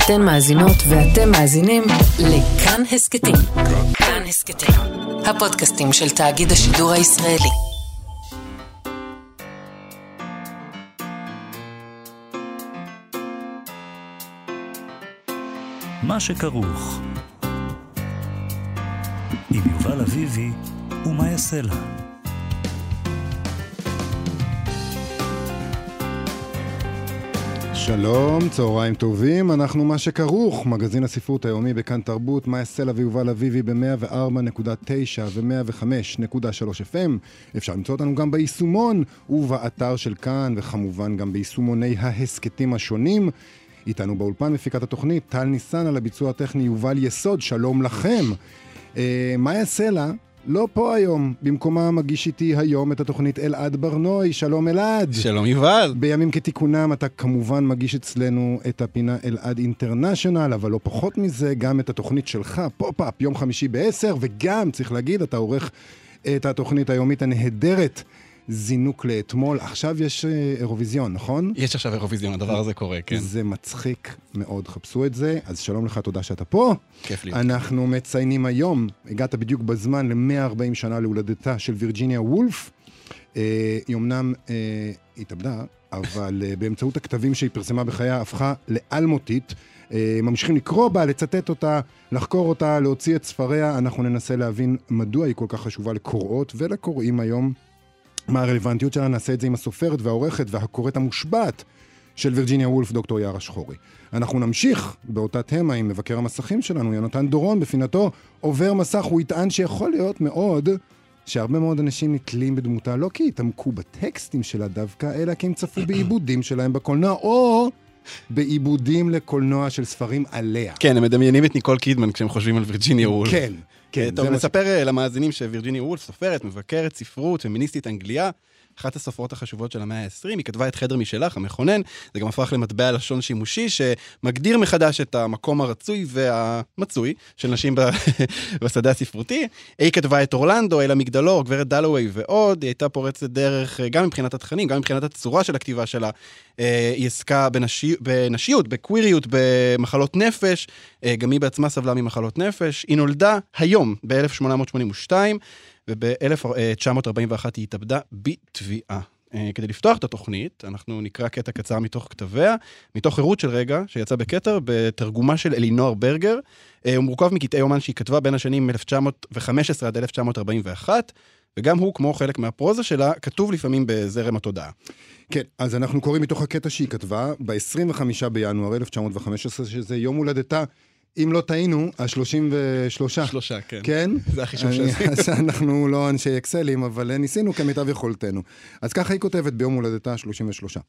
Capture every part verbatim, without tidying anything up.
אתן מאזינות ואתם מאזינים לכאן הסקטים. כאן הסקטים, הפודקאסטים של תאגיד השידור הישראלי. מה שכרוך עם יובל אביבי ומה יעשה לה. שלום, צהריים טובים, אנחנו מה שכרוך, מגזין הספרות היומי בכאן תרבות, מה יעשה לה ויובל אביבי ב-מאה וארבע נקודה תשע ו-מאה וחמש נקודה שלוש אף אם. אפשר למצוא אותנו גם ביישומון ובאתר של כאן, וכמובן גם ביישומוני ההסקטים השונים. איתנו באולפן מפיקת התוכנית טל ניסן, על הביצוע הטכני יובל יסוד, שלום לכם. אה, מה יעשה לה? לא פה היום, במקומה מגיש איתי היום את התוכנית אלעד ברנוי. שלום אלעד. שלום יובל. בימים כתיקונם אתה כמובן מגיש אצלנו את הפינה אלעד אינטרנשיונל, אבל לא פחות מזה, גם את התוכנית שלך, פופ-אפ, יום חמישי בעשר, וגם, צריך להגיד, אתה עורך את התוכנית היומית הנהדרת, זינוק לאתמול. עכשיו יש אירוויזיון, נכון? יש עכשיו אירוויזיון, הדבר הזה קורה, כן. זה מצחיק מאוד, חפשו את זה. אז שלום לך, תודה שאתה פה. כיף לי. אנחנו מציינים היום, הגעת בדיוק בזמן ל-מאה וארבעים שנה להולדתה של וירג'יניה וולף. אה, היא אמנם אה, התאבדה, אבל אה, באמצעות הכתבים שהיא פרסמה בחייה, הפכה לאלמותית. אה, ממשיכים לקרוא בה, לצטט אותה, לחקור אותה, להוציא את ספריה. אנחנו ננסה להבין מדוע היא כל כך חשובה לקוראות ולקוראים היום. מה הרלוונטיות שלה, נעשה את זה עם הסופרת והעורכת והקוראת המושבעת של וירג'יניה וולף, דוקטור יערה שחורי. אנחנו נמשיך באותה תמה עם מבקר המסכים שלנו, יונתן דורון, בפינתו עובר מסך. הוא יטען שיכול להיות מאוד שהרבה מאוד אנשים נתלים בדמותה, לא כי התעמקו בטקסטים שלה דווקא, אלא כי הם צפו בעיבודים שלהם בקולנוע, או בעיבודים לקולנוע של ספרים עליה. כן, הם מדמיינים את ניקול קידמן כשהם חושבים על וירג'יניה וולף. כן. כן, טוב, נספר למאזינים שווירג'יניה וולף סופרת, מבקרת, ספרות, פמיניסטית אנגליה, אחת הסופרות החשובות של המאה ה-עשרים, היא כתבה את חדר משלך, המכונן, זה גם הפך למטבע לשון שימושי, שמגדיר מחדש את המקום הרצוי והמצוי של נשים בשדה הספרותי. היא כתבה את אורלנדו, אל המגדלור, גברת דלווי ועוד, היא הייתה פורצת דרך גם מבחינת התכנים, גם מבחינת הצורה של הכתיבה שלה, היא עסקה בנשי, בנשיות, בקוויריות, במחלות נפש, גם היא בעצמה סבלה ממחלות נפש. היא נולדה היום, ב-אלף שמונה מאות שמונים ושתיים, וב-אלף תשע מאות ארבעים ואחת היא התאבדה בתביעה. כדי לפתוח את התוכנית, אנחנו נקרא קטע קצר מתוך כתביה, מתוך עירות של רגע, שיצא בכתר, בתרגומה של אלינור ברגר. הוא מורכב מקטעי אומן שהיא כתבה בין השנים אלף תשע מאות וחמש עשרה עד אלף תשע מאות ארבעים ואחת, וגם הוא, כמו חלק מהפרוזה שלה, כתוב לפעמים בזרם התודעה. כן, אז אנחנו קוראים מתוך הקטע שהיא כתבה, ב-עשרים וחמישה בינואר אלף תשע מאות וחמש עשרה, שזה יום הולדתה, אם לא טעינו, ה-שלושים ושלושה. שלושה, כן. כן? זה החישוב שעשינו. אז אנחנו לא אנשי אקסלים, אבל ניסינו כמיטב יכולתנו. אז ככה היא כותבת ביום הולדתה שלושים ושלושה.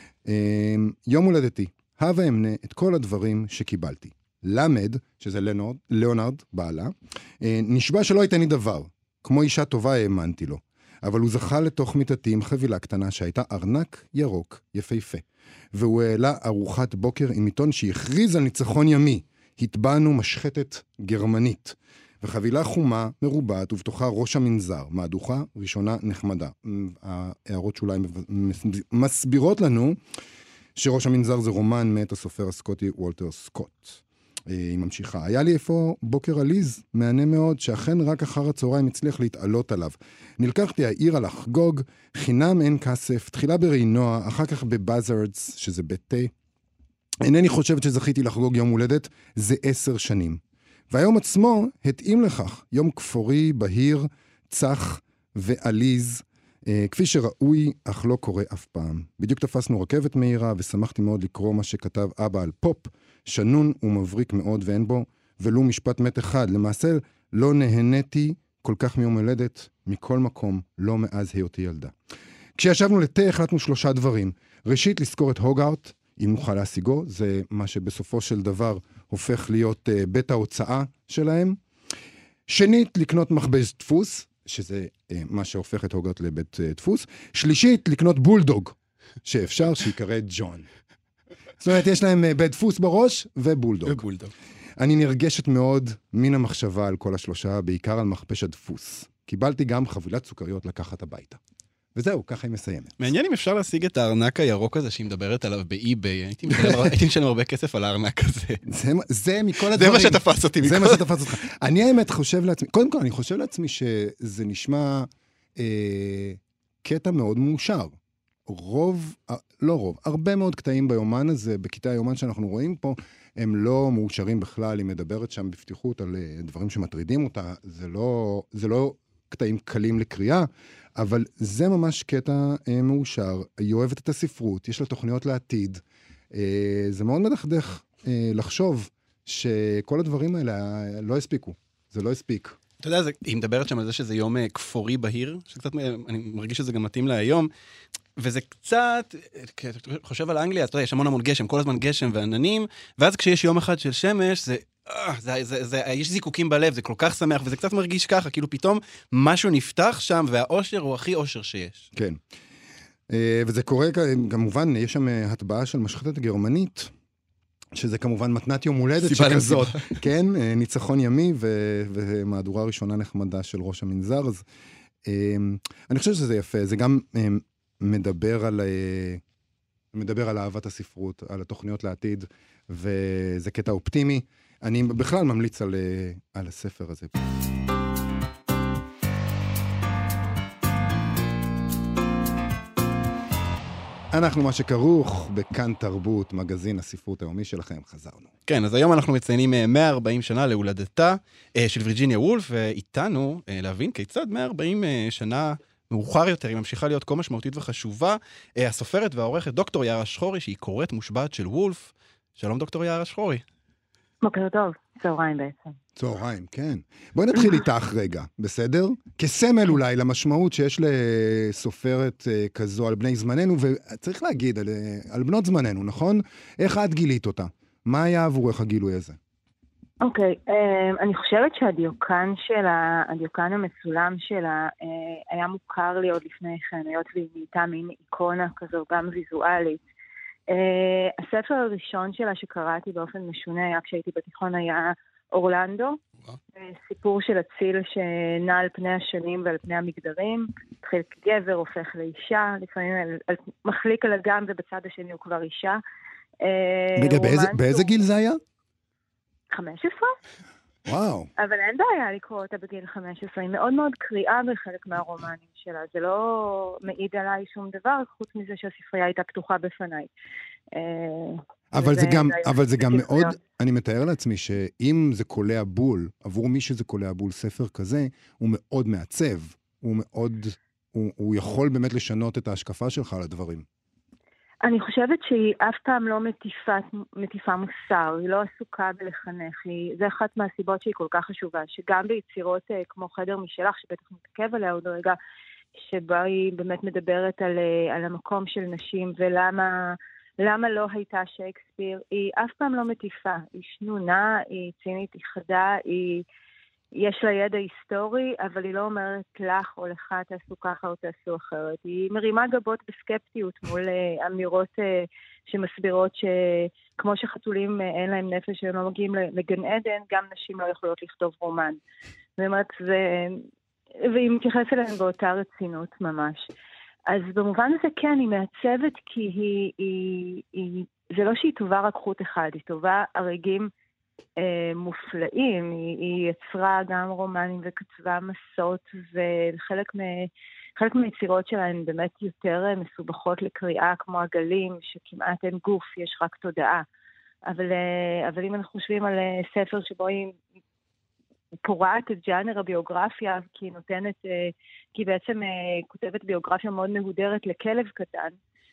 יום הולדתי, הווה אמנה את כל הדברים שקיבלתי. למד, שזה ליאונרד, ליאונרד, בעלה, נשבע שלא ייתן דבר. כמו אישה טובה האמנתי לו. אבל הוא זכה לתוך מיטתי עם חבילה קטנה שהייתה ארנק ירוק יפהפה. והוא העלה ארוחת בוקר עם עיתון שהכריז על ניצחון ימי. התבענו משחטת גרמנית, וחבילה חומה מרובעת ובתוכה ראש המנזר, מהדוחה ראשונה נחמדה. ההערות שאולי מסבירות לנו שראש המנזר זה רומן מאת הסופר הסקוטי וולטר סקוט. היא ממשיכה. היה לי איפה בוקר עליז, מענה מאוד, שאכן רק אחר הצהריים הצליח להתעלות עליו. נלקחתי העירה לחגוג, חינם אין כסף, תחילה ברעינוע, אחר כך בבאזרדס, שזה בית תה. אינני חושבת שזכיתי לחגוג יום הולדת, זה עשר שנים. והיום עצמו התאים לכך, יום כפורי, בהיר, צח ועליז, אה, כפי שראוי, אך לא קורה אף פעם. בדיוק תפסנו רכבת מהירה, ושמחתי מאוד לקרוא מה שכתב אבא על פופ, שנון ומבריק מאוד, ואין בו ולו משפט מת אחד. למעשה לא נהניתי כל כך מיום הולדת, מכל מקום, לא מאז היותי ילדה. כשישבנו לתה, החלטנו שלושה דברים. ראשית, לזכור את הוגארט, אם נוכל להשיגו, זה מה שבסופו של דבר הופך להיות uh, בית ההוצאה שלהם. שנית, לקנות מכבש דפוס, שזה uh, מה שהופך את הוגארט לבית uh, דפוס. שלישית, לקנות בולדוג, שאפשר שיקרא ג'ון. זאת אומרת, יש להם uh, בית דפוס בראש ובולדוג. ובולדוג. אני נרגשת מאוד מן המחשבה על כל השלושה, בעיקר על מכבש הדפוס. קיבלתי גם חבילת סוכריות לקחת הביתה. וזהו, ככה היא מסיימת. מעניין אם אפשר להשיג את הארנק הירוק הזה שהיא מדברת עליו באי-ביי. הייתי משלם הרבה כסף על הארנק הזה. זה מכל הדברים. זה מה שתפס אותי. זה מה שתפס אותך. אני האמת חושב לעצמי, קודם כל אני חושב לעצמי שזה נשמע קטע מאוד מאושר. רוב, לא רוב, הרבה מאוד קטעים ביומן הזה, בקטעי היומן שאנחנו רואים פה, הם לא מאושרים בכלל, היא מדברת שם בפתיחות על דברים שמטרידים אותה, זה לא, זה לא קטעים קלים לקריאה, אבל זה ממש קטע אה, מאושר, היא אוהבת את הספרות, יש לה תוכניות לעתיד, אה, זה מאוד מדכדך אה, לחשוב שכל הדברים האלה לא הספיקו, זה לא הספיק. אתה יודע, זה, היא מדברת שם על זה שזה יום אה, כפורי בהיר, שקצת, אני מרגיש שזה גם מתאים לה היום, וזה קצת, חושב על אנגליה, אתה יודע, יש המון המון גשם, כל הזמן גשם ועננים, ואז כשיש יום אחד של שמש, זה... זה, זה, זה, יש זיקוקים בלב, זה כל כך שמח, וזה קצת מרגיש ככה, כאילו פתאום משהו נפתח שם, והאושר הוא הכי אושר שיש. כן. וזה קורה, כמובן, יש שם הטבעה של משחטת גרמנית, שזה כמובן מתנת יום הולדת שכזאת. כן, ניצחון ימי, ומהדורה ראשונה נחמדה של ראש המנזר, אז אני חושב שזה יפה, זה גם מדבר על... מדבר על אהבת הספרות, על התוכניות לעתיד, וזה קטע אופטימי. אני בכלל ממליץ על, על הספר הזה. אנחנו מה שכרוך בכאן תרבות, מגזין הספרות היומי שלכם, חזרנו. כן, אז היום אנחנו מציינים מאה וארבעים שנה להולדתה של וירג'יניה וולף, ואיתנו להבין כיצד מאה וארבעים שנה מאוחר יותר, היא ממשיכה להיות כה משמעותית וחשובה, הסופרת והעורכת דוקטור יערה שחורי, שהיא קוראת מושבעת של וולף. שלום דוקטור יערה שחורי. בוקר טוב, צהריים בעצם. צהריים, כן. בואי נתחיל איתך רגע, בסדר? כסמל אולי למשמעות שיש לסופרת כזו על בני זמננו, וצריך להגיד על, על בנות זמננו, נכון? איך את גילית אותה? מה היה עבורך הגילוי הזה? אוקיי, okay, um, אני חושבת שהדיוקן שלה, הדיוקן המצולם שלה, uh, היה מוכר לי עוד לפני כן, היות והיא נהייתה מין איקונה כזו גם ויזואלית. Uh, הספר הראשון שלה שקראתי באופן משונה היה כשהייתי בתיכון היה אורלנדו, uh, סיפור של אציל שנע על פני השנים ועל פני המגדרים, התחיל כגבר, הופך לאישה, לפעמים על, על, מחליק על אגם ובצד השני הוא כבר אישה. רגע, uh, באיזה, באיזה גיל זה היה? חמש עשרה? וואו. אבל אין בעיה לקרוא אותה בגיל חמש עשרה, היא מאוד מאוד קריאה בחלק מהרומנים שלה, זה לא מעיד עליי שום דבר, חוץ מזה שהספרייה הייתה פתוחה בפניי. אבל זה גם, אבל זה גם מאוד, אני מתאר לעצמי שאם זה קולע בול, עבור מי שזה קולע בול ספר כזה, הוא מאוד מעצב, הוא מאוד, הוא, הוא יכול באמת לשנות את ההשקפה שלך על הדברים. אני חושבת שהיא אף פעם לא מטיפה, מטיפה מוסר, היא לא עסוקה בלחנך, היא, זה אחת מהסיבות שהיא כל כך חשובה, שגם ביצירות כמו חדר משלך, שבטח מתעכב עליה עוד רגע, שבה היא באמת מדברת על, על המקום של נשים, ולמה למה לא הייתה שייקספיר, היא אף פעם לא מטיפה, היא שנונה, היא צינית, היא חדה, היא... יש לה ידע היסטורי, אבל היא לא אומרת לך או לך תעשו ככה או תעשו אחרת. היא מרימה גבות בסקפטיות מול uh, אמירות uh, שמסבירות שכמו שחתולים uh, אין להם נפש שהם לא מגיעים לגן עדן, גם נשים לא יכולות לכתוב רומן. זאת אומרת, זה... והיא מתייחסת אליהם באותה רצינות ממש. אז במובן הזה כן, היא מעצבת כי היא... היא, היא זה לא שהיא טובה רק חוט אחד, היא טובה הרגעים מופלאים, היא, היא יצרה גם רומנים וכתבה מסות, וחלק מ, חלק מהיצירות שלה הן באמת יותר מסובכות לקריאה, כמו הגלים, שכמעט אין גוף, יש רק תודעה. אבל, אבל אם אנחנו חושבים על ספר שבו היא פורעת את ג'אנר הביוגרפיה, כי היא נותנת, כי היא בעצם כותבת ביוגרפיה מאוד מהודרת לכלב קטן,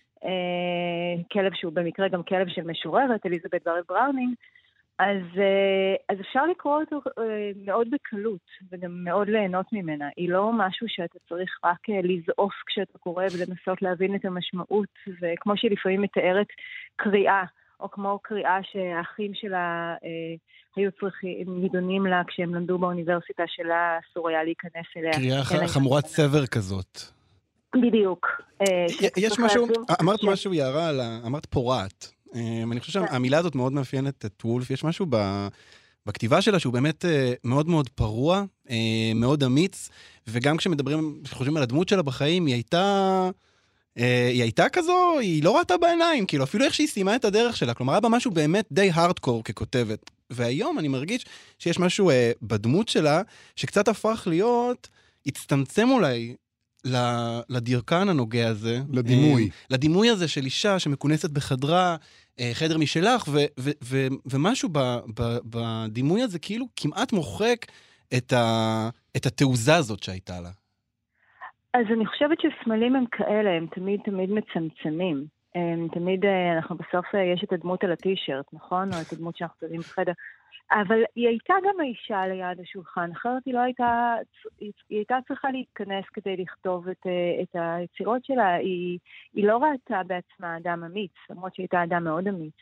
כלב שהוא במקרה גם כלב של משוררת, אליזבת ברט בראונינג, אז, אז אפשר לקרוא אותו מאוד בקלות, וגם מאוד ליהנות ממנה. היא לא משהו שאתה צריך רק לזעוף כשאתה קורא ולנסות להבין את המשמעות, וכמו שהיא לפעמים מתארת קריאה, או כמו קריאה שהאחים שלה אה, היו צריכים, נידונים לה כשהם למדו באוניברסיטה שלה, אסור היה להיכנס אליה. קריאה חמורת סבר כזאת. בדיוק. יש משהו, אמרת משהו יערה, אמרת פורעת. אני חושב שהמילה הזאת מאוד מאפיינת את וולף, יש משהו בכתיבה שלה, שהוא באמת מאוד מאוד פרוע, מאוד אמיץ, וגם כשמדברים, כשחושבים על הדמות שלה בחיים, היא הייתה... היא הייתה כזו, היא לא ראתה בעיניים, כאילו אפילו איך שהיא סיימה את הדרך שלה, כלומר היה בה משהו באמת די הארדקור ככותבת, והיום אני מרגיש שיש משהו אה, בדמות שלה, שקצת הפך להיות, הצטמצם אולי לדירקן הנוגע הזה. לדימוי. אה, לדימוי הזה של אישה שמכונסת בחדרה, אה, חדר משלך, ו, ו, ו, ומשהו ב, ב, בדימוי הזה כאילו כמעט מוחק את, ה, את התעוזה הזאת שהייתה לה. אז אני חושבת שסמלים הם כאלה, הם תמיד תמיד מצמצמים. הם תמיד, אנחנו בסוף, יש את הדמות על הטישרט, נכון? או את הדמות שאנחנו צודדים בחדר. אבל היא הייתה גם האישה ליד השולחן, אחרת היא לא הייתה, היא הייתה צריכה להתכנס כדי לכתוב את, את היצירות שלה. היא, היא לא ראתה בעצמה אדם אמיץ, למרות שהיא הייתה אדם מאוד אמיץ.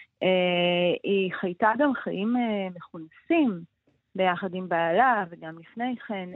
היא חייתה גם חיים מכונסים, ביחד עם בעלה, וגם לפני כן.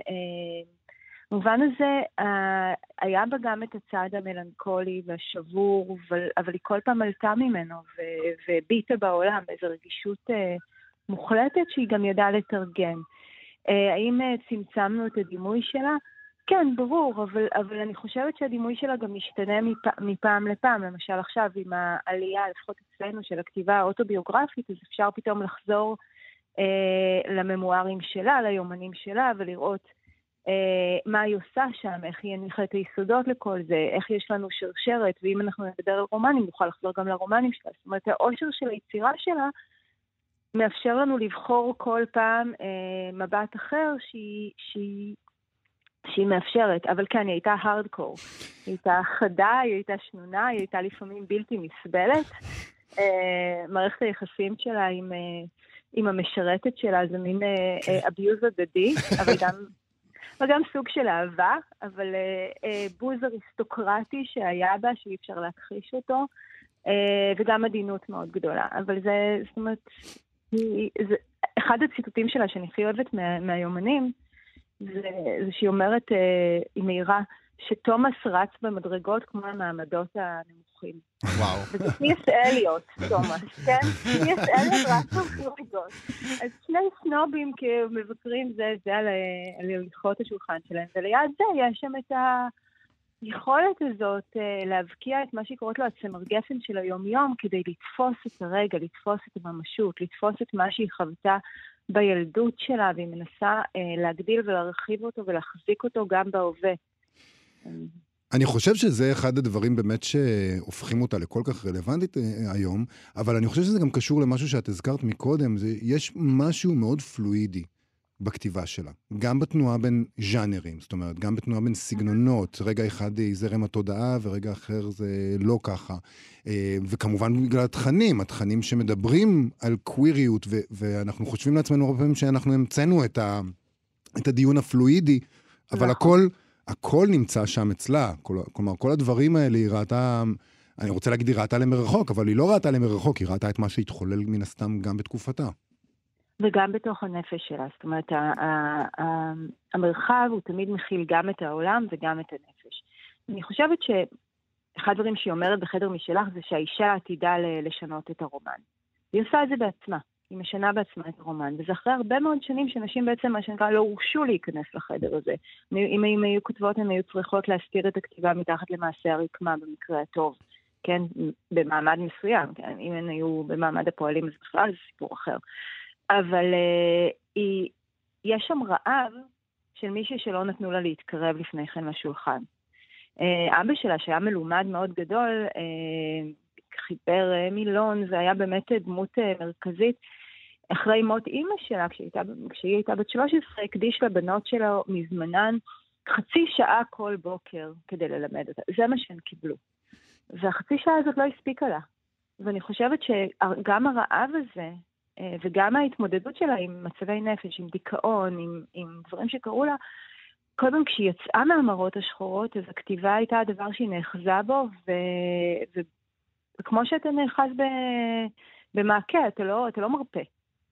במובן הזה, היה בה גם את הצעד המלנכולי והשבור, אבל, אבל היא כל פעם עלתה ממנו והביטה בעולם באיזו רגישות מוחלטת שהיא גם ידעה לתרגם. האם צמצמנו את הדימוי שלה? כן, ברור, אבל, אבל אני חושבת שהדימוי שלה גם משתנה מפ, מפעם לפעם. למשל עכשיו עם העלייה, לפחות אצלנו, של הכתיבה האוטוביוגרפית, אז אפשר פתאום לחזור אה, לממוארים שלה, ליומנים שלה, ולראות מה היא עושה שם, איך היא הניחה את היסודות לכל זה, איך יש לנו שרשרת, ואם אנחנו נדבר על רומנים, נוכל לחזור גם לרומנים שלה. זאת אומרת, האושר של היצירה שלה מאפשר לנו לבחור כל פעם אה, מבט אחר שהיא, שהיא, שהיא מאפשרת. אבל כן, היא הייתה הארדקור. היא הייתה חדה, היא הייתה שנונה, היא הייתה לפעמים בלתי מסבלת. אה, מערכת היחסים שלה עם, אה, עם המשרתת שלה, זה מין אה, אביוז הדדי, אבל גם... וגם סוג של אהבה, אבל אה, בוז אריסטוקרטי שהיה בה, שאי אפשר להכחיש אותו, אה, וגם עדינות מאוד גדולה. אבל זה, זאת אומרת, היא, זה, אחד הציטוטים שלה שאני הכי אוהבת מה, מהיומנים, זה, זה שהיא אומרת, אה, היא מהירה, שתומאס רץ במדרגות כמו המעמדות הנמוכים. וואו. וזה טי.אס. אליוט, תומאס, כן? טי.אס. אליוט רץ במדרגות. אז שני סנובים כמבקרים זה, זה על, על הליכות השולחן שלהם, וליד זה יש שם את היכולת הזאת להבקיע את מה שקוראות לו הצמר גפן של היום-יום, כדי לתפוס את הרגע, לתפוס את הממשות, לתפוס את מה שהיא חוותה בילדות שלה, והיא מנסה להגדיל ולהרחיב אותו ולהחזיק אותו גם בהווה. אני חושב שזה אחד הדברים באמת שהופכים אותה לכל כך רלוונטית היום, אבל אני חושב שזה גם קשור למשהו שאת הזכרת מקודם, זה, יש משהו מאוד פלואידי בכתיבה שלה, גם בתנועה בין ז'אנרים, זאת אומרת, גם בתנועה בין סגנונות, רגע אחד היא זרם התודעה ורגע אחר זה לא ככה, וכמובן בגלל התכנים, התכנים שמדברים על קוויריות, ו- ואנחנו חושבים לעצמנו הרבה פעמים שאנחנו המצאנו את, ה- את הדיון הפלואידי, אבל הכל... הכל נמצא שם אצלה, כלומר, כל הדברים האלה היא ראתה, אני רוצה להגיד, היא ראתה למרחוק, אבל היא לא ראתה למרחוק, היא ראתה את מה שהתחולל מן הסתם גם בתקופתה. וגם בתוך הנפש שלה, זאת אומרת, המרחב הוא תמיד מכיל גם את העולם וגם את הנפש. אני חושבת שאחד הדברים שהיא אומרת בחדר משלך, זה שהאישה עתידה לשנות את הרומן. היא עושה את זה בעצמה. היא משנה בעצמה את הרומן, וזה אחרי הרבה מאוד שנים שאנשים בעצם, מה שנקרא, לא הורשו להיכנס לחדר הזה. אם הם היו כותבות, הן היו צריכות להסתיר את הכתיבה מתחת למעשה הרקמה במקרה הטוב, כן? במעמד מסוים, כן? אם הן היו במעמד הפועלים, אז בכלל זה סיפור אחר. אבל uh, היא, יש שם רעב של מישהו שלא נתנו לה להתקרב לפני כן לשולחן. Uh, אבא שלה, שהיה מלומד מאוד גדול, uh, חיבר uh, מילון, זה היה באמת דמות uh, מרכזית, אחרי מות אימא שלה, כשהיא הייתה, כשהיא הייתה בת שלוש עשרה, הקדיש לבנות שלו מזמנן חצי שעה כל בוקר כדי ללמד אותה. זה מה שהן קיבלו. והחצי שעה הזאת לא הספיקה לה. ואני חושבת שגם הרעב הזה, וגם ההתמודדות שלה עם מצבי נפש, עם דיכאון, עם, עם דברים שקראו לה, קודם כשהיא יצאה מהמראות השחורות, אז הכתיבה הייתה הדבר שהיא נאחזה בו, ו, ו, וכמו שאתה נאחז ב, במעקה, אתה לא, אתה לא מרפא.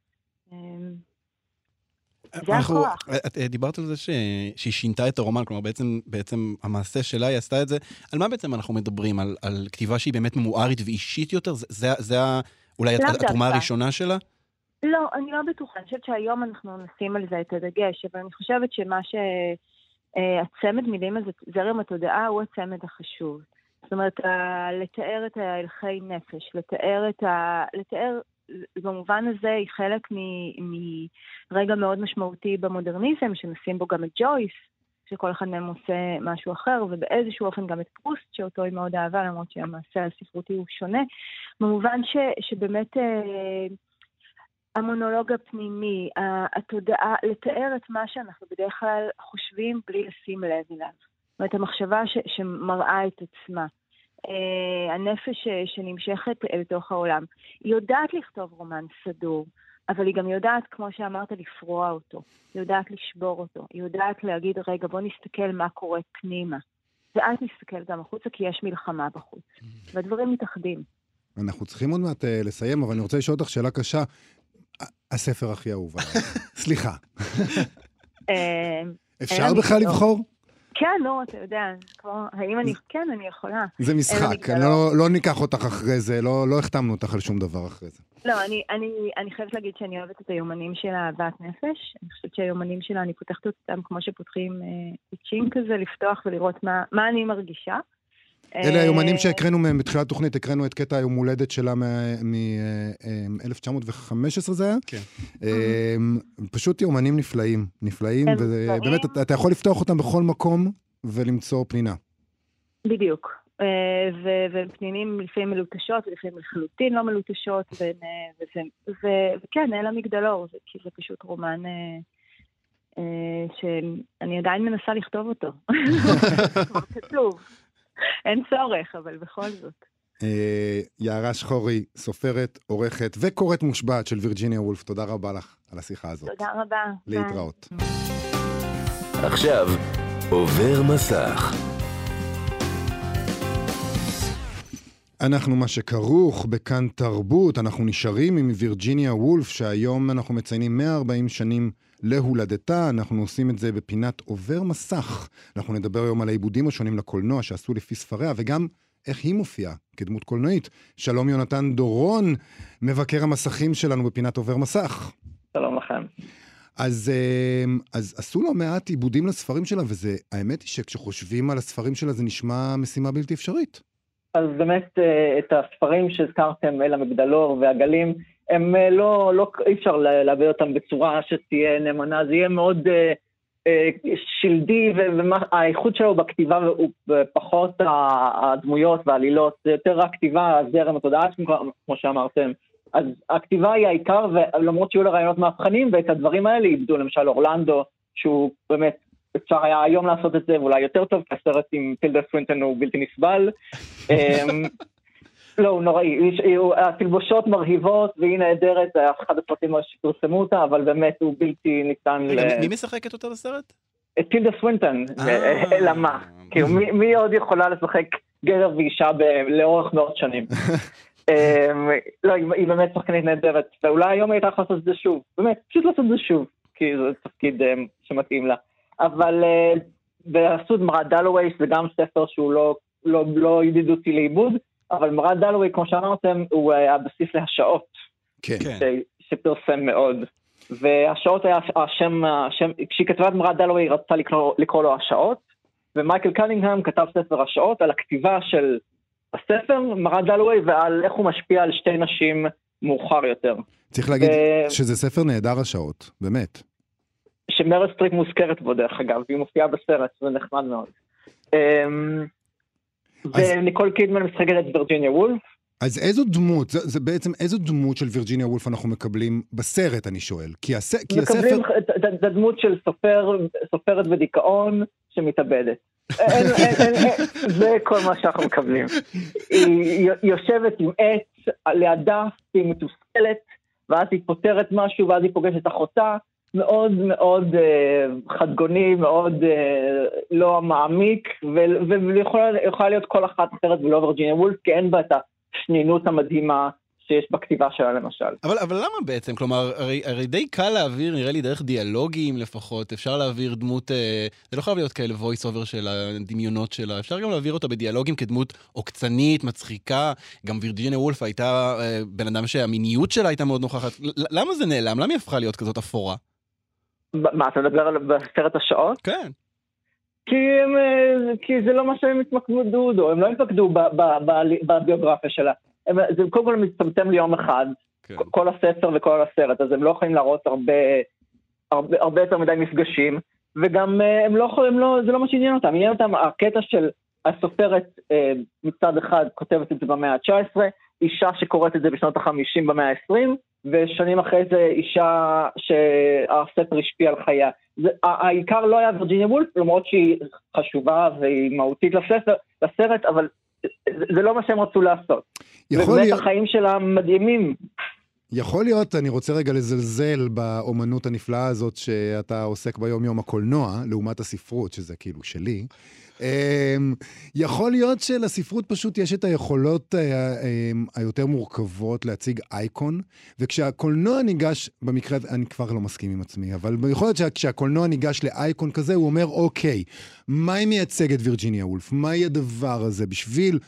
זה הכוח. את דיברת על זה שהיא שינתה את הרומן, כלומר בעצם, בעצם המעשה שלה היא עשתה את זה. על מה בעצם אנחנו מדברים? על, על כתיבה שהיא באמת ממוארית ואישית יותר? זה, זה, זה אולי התרומה הראשונה שלה? לא, אני לא בטוחה. אני חושבת שהיום אנחנו נשים על זה את הדגש, אבל אני חושבת שמה שהצמד מילים הזה, זרם התודעה, הוא הצמד החשוב. זאת אומרת, לתאר את ההלכי נפש, לתאר את ה... לתאר, במובן הזה היא חלק מרגע מאוד משמעותי במודרניזם, שנשים בו גם את ג'ויס, שכל אחד מהם עושה משהו אחר, ובאיזשהו אופן גם את פרוסט, שאותו היא מאוד אהבה, למרות שהמעשה הספרותי הוא שונה. במובן ש, שבאמת אה, המונולוג הפנימי, התודעה, לתאר את מה שאנחנו בדרך כלל חושבים בלי לשים לב אליו. זאת אומרת, המחשבה ש, שמראה את עצמה. אה, הנפש שנמשכת לתוך העולם. היא יודעת לכתוב רומן סדור, אבל היא גם יודעת, כמו שאמרת, לפרוע אותו. היא יודעת לשבור אותו. היא יודעת להגיד, רגע, בוא נסתכל מה קורה פנימה. ואז נסתכל גם החוצה, כי יש מלחמה בחוץ. והדברים מתאחדים. אנחנו צריכים עוד מעט לסיים, אבל אני רוצה לשאול אותך שאלה קשה. הספר הכי אהוב עליי. סליחה. אפשר בכלל לבחור? כן, לא, אתה יודע, כמו, האם אני, כן, אני יכולה. זה משחק, לא, לא ניקח אותך אחרי זה, לא, לא החתמנו אותך על שום דבר אחרי זה. לא, אני, אני, אני חייבת להגיד שאני אוהבת את היומנים של אהבת נפש. אני חושבת שהיומנים שלה, אני פותחת אותם כמו שפותחים אה, צ'ין כזה, לפתוח ולראות מה, מה אני מרגישה. אלה היומנים שהקראנו מהם בתחילת התוכנית, הקראנו את קטע היום הולדת שלה מ-אלף תשע מאות וחמש עשרה זה היה? כן. פשוט יומנים נפלאים, נפלאים, ובאמת אתה יכול לפתוח אותם בכל מקום ולמצוא פנינה. בדיוק. ופנינים לפעמים מלוטשות, ולפעמים לחלוטין לא מלוטשות, וכן, אלה מגדלור, כי זה פשוט רומן שאני עדיין מנסה לכתוב אותו. כבר כתוב. אין צורך, אבל בכל זאת. יערה שחורי, סופרת, עורכת וקוראת מושבעת של וירג'יניה וולף, תודה רבה לך על השיחה הזאת. תודה רבה. להתראות. עכשיו, עובר מסך. אנחנו מה שכרוך בכאן תרבות, אנחנו נשארים עם וירג'יניה וולף, שהיום אנחנו מציינים מאה וארבעים שנים להולדתה, אנחנו עושים את זה בפינת עובר מסך. אנחנו נדבר היום על העיבודים השונים לקולנוע שעשו לפי ספריה, וגם איך היא מופיעה כדמות קולנועית. שלום יונתן דורון, מבקר המסכים שלנו בפינת עובר מסך. שלום לכם. אז, אז עשו לו מעט עיבודים לספרים שלה, וזה, האמת היא שכשחושבים על הספרים שלה זה נשמע משימה בלתי אפשרית. אז באמת את הספרים שהזכרתם, אל המגדלור והגלים, הם לא, לא, אי אפשר להביא אותם בצורה שתהיה נאמנה, זה יהיה מאוד אה, אה, שלדי, והאיכות שלו בכתיבה הוא פחות הדמויות והעלילות, זה יותר הכתיבה, הזרם התודעה, כמו שאמרתם. אז הכתיבה היא העיקר, ולמרות שיהיו לרעיונות מהפכנים, ואת הדברים האלה איבדו, למשל אורלנדו, שהוא באמת, אפשר היה היום לעשות את זה, ואולי יותר טוב, כי הסרט עם טילדה סווינטון הוא בלתי נסבל. לא, הוא נוראי, התלבושות מרהיבות, והיא נהדרת, אחד הפרטים שפרסמו אותה, אבל באמת הוא בלתי ניתן ל... מי משחקת אותה בסרט? טילדה סווינטון, אלא מה? מי עוד יכולה לשחק גבר ואישה לאורך מאות שנים? לא, היא באמת שחקנית נהדרת, ואולי היום הייתה יכולה לעשות את זה שוב, באמת, פשוט לעשות את זה שוב, כי זה תפקיד שמתאים לה. אבל ועשו את מרד דלווי, זה גם ספר שהוא לא ידידותי לאיבוד, אבל מרד דלווי, כמו שאמרתם, הוא היה בסיס להשעות, כן. שפרסם מאוד. והשעות היה השם, השם, כשהיא כתבה את מרד דלווי, היא רצתה לקרוא, לקרוא לו השעות, ומייקל קנינגהם כתב ספר השעות על הכתיבה של הספר, מרד דלווי, ועל איך הוא משפיע על שתי נשים מאוחר יותר. צריך להגיד ו... שזה ספר נהדר השעות, באמת. שמריל סטריפ מוזכרת בו דרך אגב, והיא מופיעה בסרט, זה נחמד מאוד. וניקול קידמן משחקת את וירג'יניה וולף. אז איזו דמות, זה, זה בעצם איזו דמות של וירג'יניה וולף אנחנו מקבלים בסרט, אני שואל? כי, הס... כי הספר... מקבלים את הדמות של סופר, סופרת בדיכאון שמתאבדת. אין, אין, אין, אין, זה כל מה שאנחנו מקבלים. היא יושבת עם עץ לידה, היא מתוסכלת, ואז היא פותרת משהו, ואז היא פוגשת אחותה, מאוד מאוד uh, חדגוני, מאוד uh, לא מעמיק, ויכולה להיות כל אחת אחרת ולא וירג'יניה וולף, כי אין בה את השנינות המדהימה שיש בכתיבה שלה למשל. אבל, אבל למה בעצם? כלומר, הרי, הרי די קל להעביר, נראה לי, דרך דיאלוגים לפחות, אפשר להעביר דמות, אה, זה לא חייב להיות כאלה voice over של הדמיונות שלה, אפשר גם להעביר אותה בדיאלוגים כדמות עוקצנית, מצחיקה, גם וירג'יניה וולף הייתה אה, בן אדם שהמיניות שלה הייתה מאוד נוכחת, למה זה נעלם? למה היא הפכה להיות כזאת אפורה? מה, אתה מדבר על בסרט השעות? כן. כי, הם, כי זה לא מה שהם התמקדו דו, הם לא התמקדו בביוגרפיה שלה. הם, זה קודם כל מצטמצם ליום אחד, כן. כל הספר וכל הסרט, אז הם לא יכולים להראות הרבה, הרבה, הרבה יותר מדי מפגשים, וגם הם לא יכולים, לא, זה לא מה שעניין אותם, עניין אותם הקטע של הסופרת מצד אחד כותבת את זה במאה ה-תשע עשרה, אישה שקוראת את זה בשנות ה-חמישים במאה ה-עשרים, ושנים אחרי זה אישה שהספר השפיע על חייה. זה, העיקר לא היה וירג'יניה וולף, למרות שהיא חשובה והיא מהותית לספר, לסרט, אבל זה, זה לא מה שהם רצו לעשות. ובאמת להיות... החיים שלה מדהימים. יכול להיות, אני רוצה רגע לזלזל באומנות הנפלאה הזאת שאתה עוסק ביום יום הקולנוע, לעומת הספרות, שזה כאילו שלי. יכול להיות שלספרות פשוט יש את היכולות היותר מורכבות להציג אייקון, וכשהקולנוע ניגש, במקרה, אני כבר לא מסכים עם עצמי, אבל יכול להיות שכשהקולנוע ניגש לאייקון כזה, הוא אומר, אוקיי, מה היא מייצגת וירג'יניה וולף? מה היא הדבר הזה בשביל,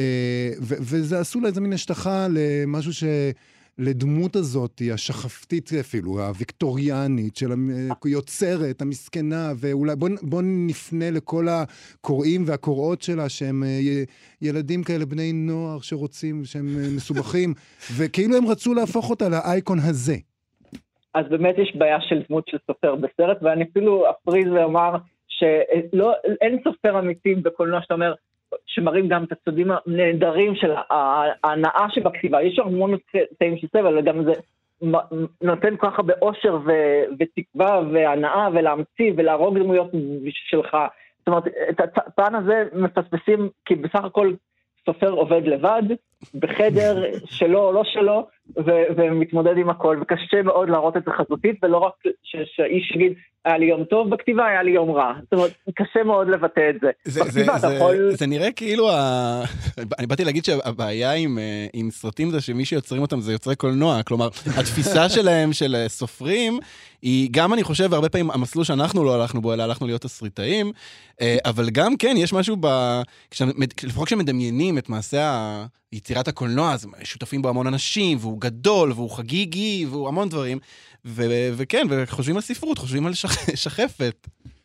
וזה עשו לה איזה מין השטחה למשהו ש... לדמות הזאת, השחפתית אפילו, הוויקטוריאנית של היוצרת, המסכנה, ואולי בוא, בוא נפנה לכל הקוראים והקוראות שלה, שהם ילדים כאלה, בני נוער שרוצים, שהם מסובכים, וכאילו הם רצו להפוך אותה לאייקון הזה. אז באמת יש בעיה של דמות של סופר בסרט, ואני אפילו אפריז ואומר שאין סופר אמיתי בקולנוע שאתה אומר, שמראים גם את הצדדים הנהדרים של ההנאה שבכתיבה. יש המון קטעים של סבל, אבל גם זה נותן ככה באושר ותקווה והנאה ולהמציא ולהרוג דמויות שלך. זאת אומרת, את הפן הזה מפספסים, כי בסך הכל סופר עובד לבד, בחדר שלו או לא שלו, ומתמודד עם הכל, וקשה מאוד להראות את זה חזותית, ולא רק שהאיש יגיד, היה לי יום טוב בכתיבה, היה לי יום רע. זאת אומרת, קשה מאוד לבטא את זה. זה, זה, זה, יכול... זה נראה כאילו, ה... אני באתי להגיד שהבעיה עם, עם סרטים זה שמי שיוצרים אותם זה יוצרי קולנוע, כלומר, התפיסה שלהם של סופרים, היא גם אני חושב, הרבה פעמים המסלול שאנחנו לא הלכנו בו, אלא הלכנו להיות תסריטאים, אבל גם כן, יש משהו ב... לפחות כשמדמיינים את מעשה יצירת הקולנוע, אז שותפים בו המון אנשים, והוא גדול, והוא חגיגי, והוא המון דברים, ו- וכן, וחושבים על ספרות, חושבים על שח- שחפת.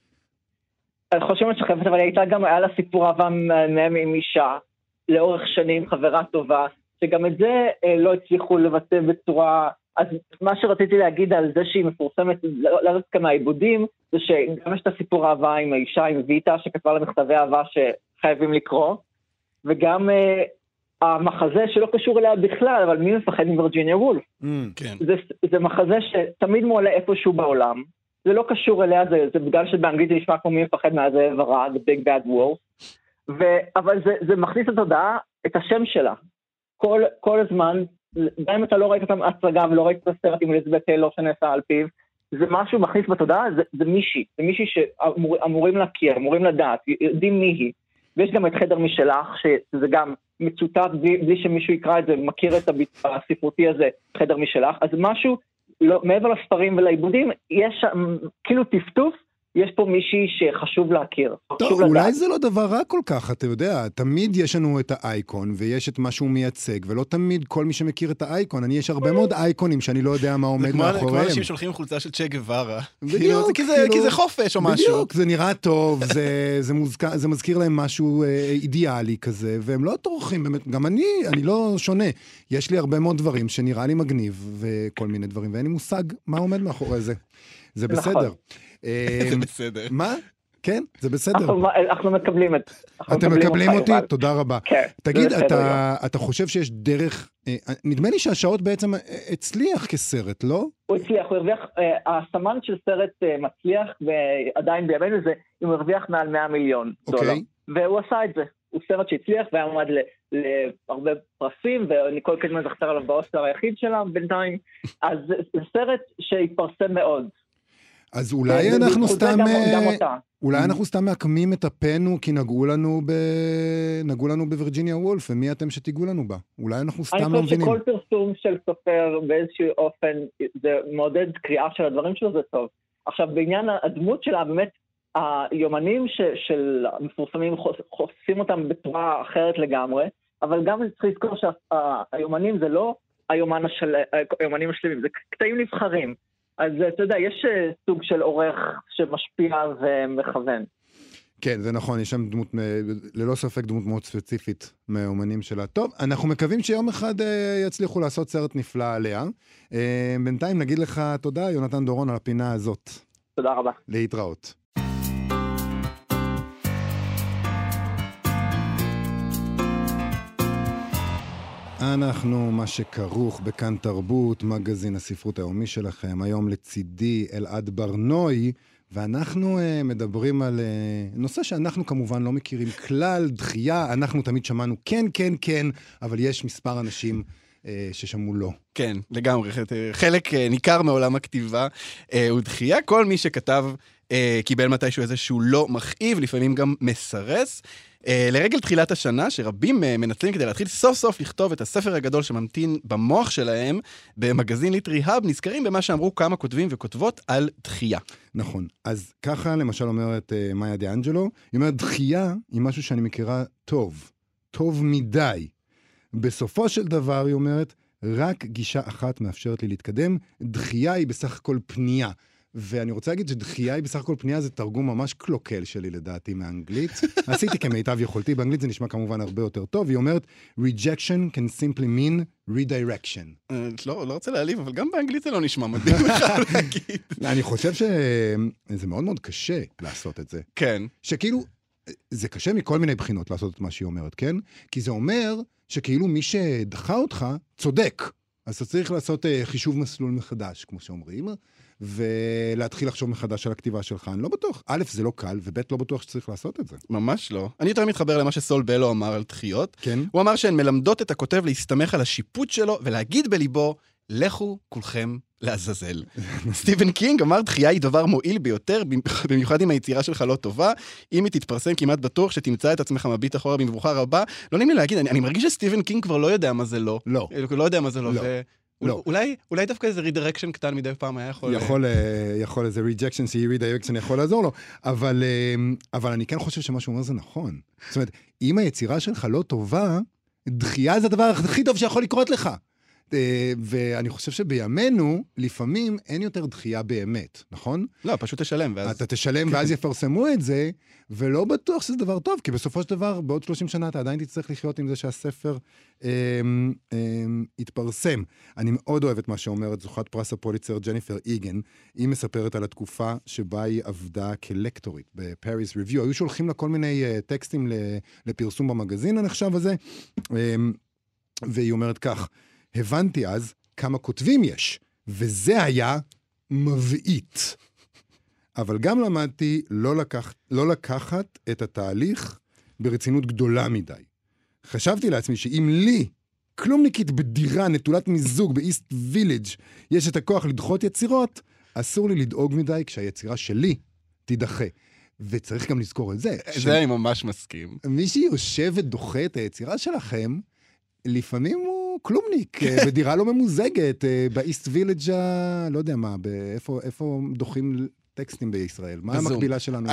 חושבים על שחפת, אבל הייתה גם, היה לה סיפור אהבה מהם עם אישה, לאורך שנים, חברה טובה, שגם את זה אה, לא הצליחו לבטא בצורה, אז מה שרציתי להגיד על זה שהיא מפורסמת, לא יודעת כמה עיבודים, זה שגם יש את הסיפור אהבה עם האישה, עם ויטה, שכתבה לה מכתבי אהבה שחייבים לקרוא, וגם... אה, המחזה שלא קשור אליה בכלל, אבל מי מפחד מווירג'יניה וולף? Mm, כן. זה, זה מחזה שתמיד מועלה איפשהו בעולם, זה לא קשור אליה, זה, זה בגלל שבאנגלית זה נשמע כמו מי מפחד מהזאב הרע, the big bad wolf, ו, אבל זה, זה מכניס לתודעה את השם שלה. כל, כל הזמן, גם אם אתה לא ראית את ההצגה ולא ראית את הסרט עם אליזבת טיילור שנעשה על פיו, זה משהו מכניס בתודעה, זה, זה מישהי, זה מישהי שאמורים להכיר, אמורים לדעת, יודעים מי היא. ויש גם את חדר משלך, שזה גם מצוטט בלי, בלי שמישהו יקרא את זה, מכיר את הספרותי הזה, חדר משלך, אז משהו, לא, מעבר לספרים ולעיבודים, יש כאילו טפטוף, יש פה מישהי שחשוב להכיר. טוב, חשוב אולי לדעת. זה לא דבר רע כל כך, אתה יודע, תמיד יש לנו את האייקון, ויש את מה שהוא מייצג, ולא תמיד כל מי שמכיר את האייקון, אני יש הרבה מאוד אייקונים שאני לא יודע מה עומד מאחוריהם. זה כמו אנשים שולחים חולצה של צ'ה גווארה. בדיוק, כי זה חופש או משהו. בדיוק, זה נראה טוב, זה מזכיר להם משהו אידיאלי כזה, והם לא טורחים, באמת, גם אני, אני לא שונה. יש לי הרבה מאוד דברים שנראה לי מגניב, וכל מיני דברים, ואין לי מושג מה עומד מאחורי זה. זה בסדר. זה בסדר. מה? כן, זה בסדר. אנחנו מקבלים את... אתם מקבלים אותי? תודה רבה. תגיד, אתה חושב שיש דרך... נדמה לי שהשעות בעצם הצליח כסרט, לא? הוא הצליח, הוא הרוויח... הסמן של סרט מצליח, ועדיין בימינו זה, הוא הרוויח מעל מאה מיליון דולר. והוא עשה את זה. הוא סרט שהצליח, והיה עומד להרבה פרסים, וניקול קידמן זכתה עליו באוסקר היחיד שלה בינתיים. אז זה סרט שהתפרסם מאוד. אז אולי אנחנו סתם... גם, גם אותה. אולי אנחנו סתם מעקמים את הפנו, כי נגעו לנו, ב... נגעו לנו בווירג'יניה וולף, ומי אתם שתיגעו לנו בה? אולי אנחנו סתם לא מבינים. אני חושב שכל פרסום של סופר באיזשהו אופן, זה מעודד קריאה של הדברים שלו, זה טוב. עכשיו, בעניין הדמות שלה, באמת, היומנים ש... של המפורסמים חושפים אותם בצורה אחרת לגמרי, אבל גם צריך לזכור שהיומנים זה לא היומן השל... היומנים השלמים, זה קטעים נבחרים. אז אתה יודע, יש סוג של עורך שמשפיע ומכוון. כן, זה נכון, יש שם דמות, ללא ספק דמות מאוד ספציפית מהאומנים שלה. טוב, אנחנו מקווים שיום אחד יצליחו לעשות סרט נפלא עליה. בינתיים נגיד לך תודה, יונתן דורון, על הפינה הזאת. תודה רבה. להתראות. אנחנו מה שכרוך בכאן תרבות, מגזין הספרות היומי שלכם. היום לצידי אלעד ברנוי, ואנחנו uh, מדברים על uh, נושא שאנחנו כמובן לא מכירים כלל, דחייה. אנחנו תמיד שמענו כן, כן, כן, אבל יש מספר אנשים uh, ששמעו לא. כן, לגמרי. חלק uh, ניכר מעולם הכתיבה uh, הוא דחייה. כל מי שכתב uh, קיבל מתישהו איזשהו לא מכאיב, לפעמים גם מסרס. Uh, לרגל תחילת השנה, שרבים uh, מנצלים כדי להתחיל סוף סוף לכתוב את הספר הגדול שממתין במוח שלהם, במגזין ליטרי האב, נזכרים במה שאמרו כמה כותבים וכותבות על דחייה. נכון. אז ככה למשל אומרת uh, מאיה דיאנג'לו, היא אומרת, דחייה היא משהו שאני מכירה טוב, טוב מדי. בסופו של דבר, היא אומרת, רק גישה אחת מאפשרת לי להתקדם, דחייה היא בסך הכל פנייה. ואני רוצה להגיד שדחייה היא בסך הכל פנייה, זה תרגום ממש קלוקל שלי לדעתי מאנגלית. עשיתי כמיטב יכולתי, באנגלית זה נשמע כמובן הרבה יותר טוב, היא אומרת, rejection can simply mean redirection. לא, לא רוצה להעליב, אבל גם באנגלית זה לא נשמע מדהים לך להגיד. אני חושב שזה מאוד מאוד קשה לעשות את זה. כן. שכאילו, זה קשה מכל מיני בחינות לעשות את מה שהיא אומרת, כן? כי זה אומר שכאילו מי שדחה אותך צודק. אז אתה צריך לעשות חישוב מסלול מחדש, כמו שאומרים, ולהתחיל לחשוב מחדש על הכתיבה שלך. אני לא בטוח. א', זה לא קל, וב', לא בטוח שצריך לעשות את זה. ממש לא. אני יותר מתחבר למה שסול בלו אמר על דחיות. כן. הוא אמר שהן מלמדות את הכותב להסתמך על השיפוט שלו, ולהגיד בליבו, לכו כולכם לעזאזל. סטיבן קינג אמר, דחייה היא דבר מועיל ביותר, במיוחד אם היצירה שלך לא טובה, אם היא תתפרסם כמעט בטוח שתמצא את עצמך מביט אחורה במבוכה רבה. לא נעים לי להגיד, אני, אני מרגיש שסטיבן קינג כבר לא יודע מה זה לא. לא. לא יודע מה זה לא. לא. ו... לא. אולי, אולי דווקא איזה רידירקשן קטן מדי פעם היה יכול... יכול, יכול איזה ריג'קשן שהיא רידירקשן יכול לעזור לו, אבל, אבל אני כן חושב שמה שהוא אומר זה נכון. זאת אומרת, אם היצירה שלך לא טובה, דחייה זה הדבר הכי טוב שיכול לקרות לך. ואני חושב שבימינו, לפעמים אין יותר דחייה באמת, נכון? לא, פשוט תשלם. ואז... אתה תשלם ואז יפרסמו את זה, ולא בטוח שזה דבר טוב, כי בסופו של דבר, בעוד שלושים שנה אתה עדיין תצטרך לחיות עם זה שהספר אה, אה, יתפרסם. אני מאוד אוהב את מה שאומרת זוכת פרס הפוליצר ג'ניפר איגן, היא מספרת על התקופה שבה היא עבדה כלקטורית בפריס ריוויו, היו שולחים לה כל מיני uh, טקסטים לפרסום במגזין הנחשב הזה, אה, והיא אומרת כך, הבנתי אז כמה כותבים יש, וזה היה מבעית. אבל גם למדתי לא, לקח, לא לקחת את התהליך ברצינות גדולה מדי. חשבתי לעצמי שאם לי, כלומניקית בדירה נטולת מיזוג באיסט וילג' יש את הכוח לדחות יצירות, אסור לי לדאוג מדי כשהיצירה שלי תידחה. וצריך גם לזכור את זה. זה ש... אני ממש מסכים. מי שיושב ודוחה את היצירה שלכם, לפעמים הוא כלומניק, בדירה לא ממוזגת, באיסט וילג' לא יודע מה, איפה, איפה דוחים טקסטים בישראל? מה המקבילה שלנו?